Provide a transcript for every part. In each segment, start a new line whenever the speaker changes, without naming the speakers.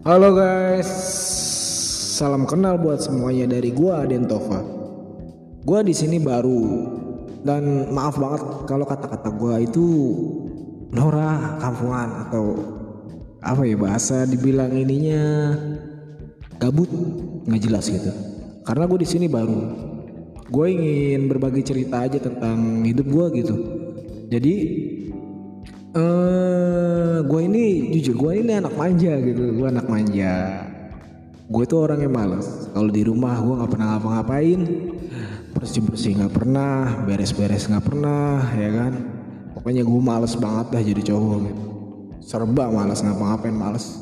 Halo guys, salam kenal buat semuanya dari gua Adentova. Gua di sini baru dan maaf banget kalau kata-kata gua itu norak, kampungan atau apa ya bahasa dibilang ininya gabut, nggak jelas gitu. Karena gue di sini baru, gue ingin berbagi cerita aja tentang hidup gue gitu. Jadi gue ini jujur gue ini anak manja gitu. Gue anak manja. Gue tuh orang yang malas. Kalau di rumah gue nggak pernah ngapa-ngapain, bersih-bersih nggak pernah, beres-beres nggak pernah, ya kan. Pokoknya gue males banget dah jadi cowok gitu. Serba malas, ngapa-ngapain males.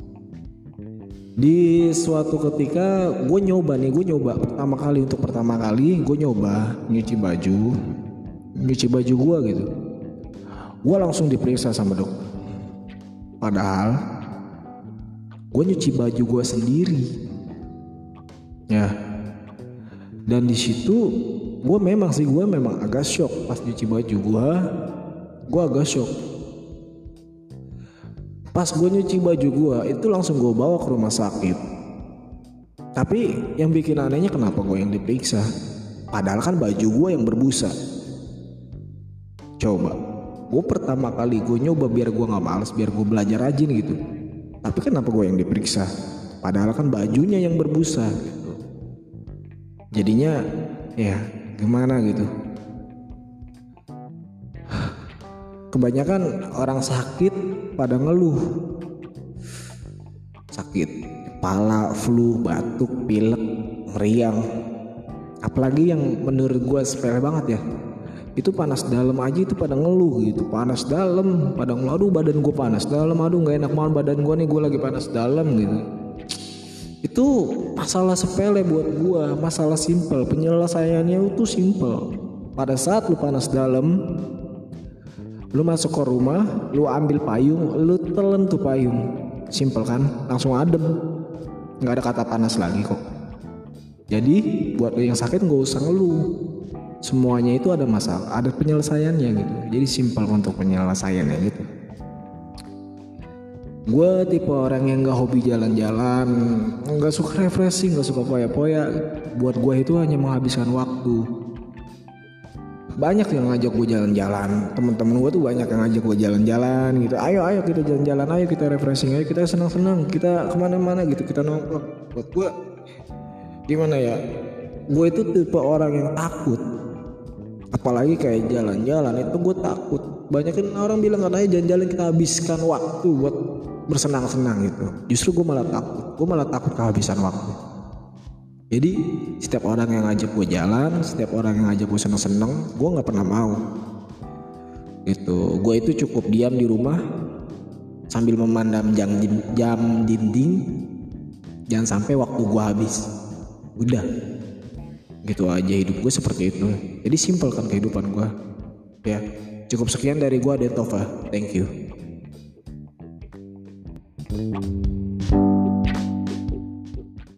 Di suatu ketika gue nyoba pertama kali gue nyoba nyuci baju gue gitu. Gue langsung diperiksa sama dokter. Padahal gue nyuci baju gue sendiri, ya. Dan di situ gue memang agak shock pas nyuci baju gue agak shock. Pas gue nyuci baju gue itu langsung gue bawa ke rumah sakit. Tapi yang bikin anehnya kenapa gue yang diperiksa? Padahal kan baju gue yang berbusa. Coba, gue pertama kali gue nyoba biar gue gak males, biar gue belajar rajin gitu. Tapi kenapa gue yang diperiksa? Padahal kan bajunya yang berbusa gitu. Jadinya ya gimana gitu. Kebanyakan orang sakit pada ngeluh. Sakit kepala, flu, batuk, pilek, meriang. Apalagi yang menurut gue sepele banget ya, itu panas dalam aja itu pada ngeluh gitu. Panas dalam, pada ngeluh, aduh badan gue panas dalam, aduh gak enak banget badan gue nih, gue lagi panas dalam gitu. Itu masalah sepele buat gue, masalah simple. Penyelesaiannya itu simple. Pada saat lu panas dalam, lu masuk ke rumah, lu ambil payung, lu telan tuh payung. Simple kan, langsung adem. Gak ada kata panas lagi kok. Jadi buat lu yang sakit gak usah ngeluh. Semuanya itu ada masalah, ada penyelesaiannya gitu. Jadi simple untuk penyelesaiannya gitu. Gue tipe orang yang gak hobi jalan-jalan, gak suka refreshing, gak suka poya-poya. Buat gue itu hanya menghabiskan waktu. Banyak yang ngajak gue jalan-jalan, temen-temen gue tuh banyak yang ngajak gue jalan-jalan gitu. Ayo kita jalan-jalan, ayo kita refreshing, ayo kita senang-senang, kita kemana-mana gitu, kita nongkrong. Buat gue gimana ya, gue itu tipe orang yang takut. Apalagi kayak jalan-jalan itu gue takut. Banyak kan orang bilang katanya jalan-jalan kita habiskan waktu buat bersenang-senang gitu. Justru gue malah takut kehabisan waktu. Jadi setiap orang yang ngajak gue jalan, setiap orang yang ngajak gue seneng-seneng, gue nggak pernah mau. Gitu. Gue itu cukup diam di rumah sambil memandang jam dinding. Jangan sampai waktu gue habis. Udah. Gitu aja hidup gue seperti itu. Jadi simpel kan kehidupan gue. Ya. Cukup sekian dari gue Adentova. Thank you.